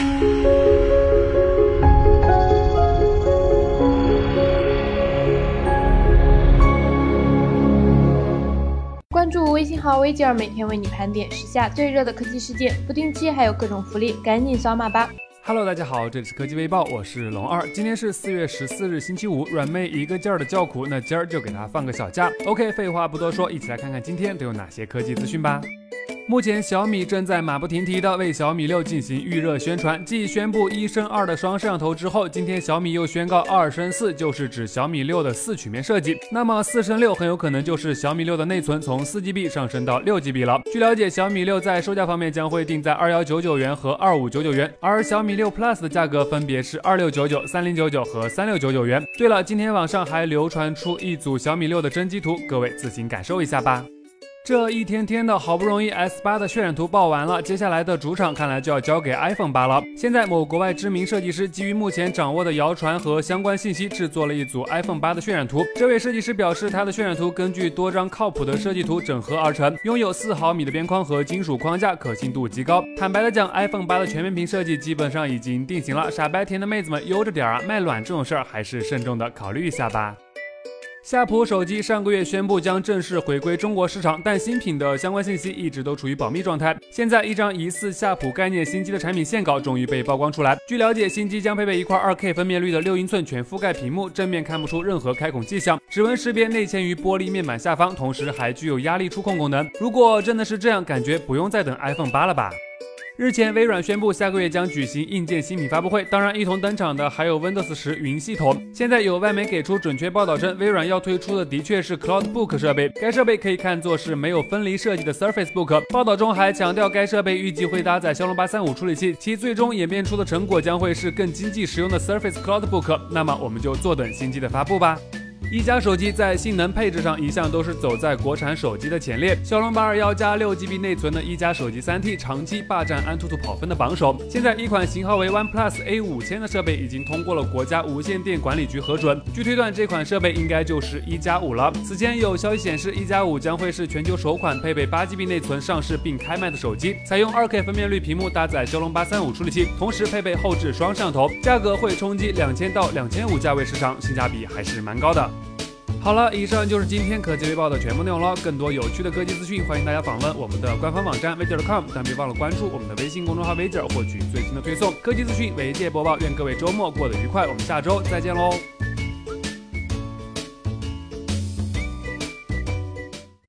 关注微信号微吉尔，每天为你盘点时下最热的科技事件，不定期还有各种福利，赶紧扫码吧。 Hello， 大家好，这里是科技微报，我是龙二。今天是4月14日，星期五。软妹一个劲儿的叫苦，那今儿就给她放个小假。OK， 废话不多说，一起来看看今天都有哪些科技资讯吧。目前小米正在马不停蹄地为小米6进行预热宣传，继宣布1升2的双摄像头之后，今天小米又宣告2升4，就是指小米6的4曲面设计。那么4升6很有可能就是小米6的内存从4GB 上升到6GB 了。据了解，小米6在售价方面将会定在2199元和2599元，而小米6 Plus 的价格分别是2699、3099和3699元。对了，今天网上还流传出一组小米6的真机图，各位自行感受一下吧。这一天天的，好不容易 S8 的渲染图爆完了，接下来的主场看来就要交给 iPhone 8了。现在某国外知名设计师基于目前掌握的谣传和相关信息，制作了一组 iPhone 8的渲染图。这位设计师表示，他的渲染图根据多张靠谱的设计图整合而成，拥有4毫米的边框和金属框架，可信度极高。坦白的讲， iPhone 8的全面屏设计基本上已经定型了，傻白甜的妹子们悠着点啊，卖卵这种事儿还是慎重的考虑一下吧。夏普手机上个月宣布将正式回归中国市场，但新品的相关信息一直都处于保密状态。现在一张疑似夏普概念新机的产品线稿终于被曝光出来。据了解，新机将配备一块 2K 分辨率的6英寸全覆盖屏幕，正面看不出任何开孔迹象，指纹识别内嵌于玻璃面板下方，同时还具有压力触控功能。如果真的是这样，感觉不用再等 iPhone 8了吧。日前，微软宣布下个月将举行硬件新品发布会，当然一同登场的还有 Windows 10云系统。现在有外媒给出准确报道称，微软要推出的的确是 CloudBook 设备，该设备可以看作是没有分离设计的 Surface Book。报道中还强调，该设备预计会搭载骁龙835处理器，其最终演变出的成果将会是更经济实用的 Surface CloudBook。那么我们就坐等新机的发布吧。一加手机在性能配置上一向都是走在国产手机的前列，骁龙821加 6GB 内存的一加手机 3T 长期霸占安兔兔跑分的榜首。现在一款型号为 OnePlus A5000 的设备已经通过了国家无线电管理局核准，据推断这款设备应该就是1+5了。此前有消息显示1+5将会是全球首款配备 8GB 内存上市并开卖的手机，采用 2K 分辨率屏幕，搭载骁龙835处理器，同时配备后置双摄像头，价格会冲击2000到2500价位市场，性价比还是蛮高的。好了，以上就是今天科技微报的全部内容了。更多有趣的科技资讯，欢迎大家访问我们的官方网站 weijer.com， 但别忘了关注我们的微信公众号 weijer， 获取最新的推送。科技资讯为界播报，愿各位周末过得愉快，我们下周再见喽。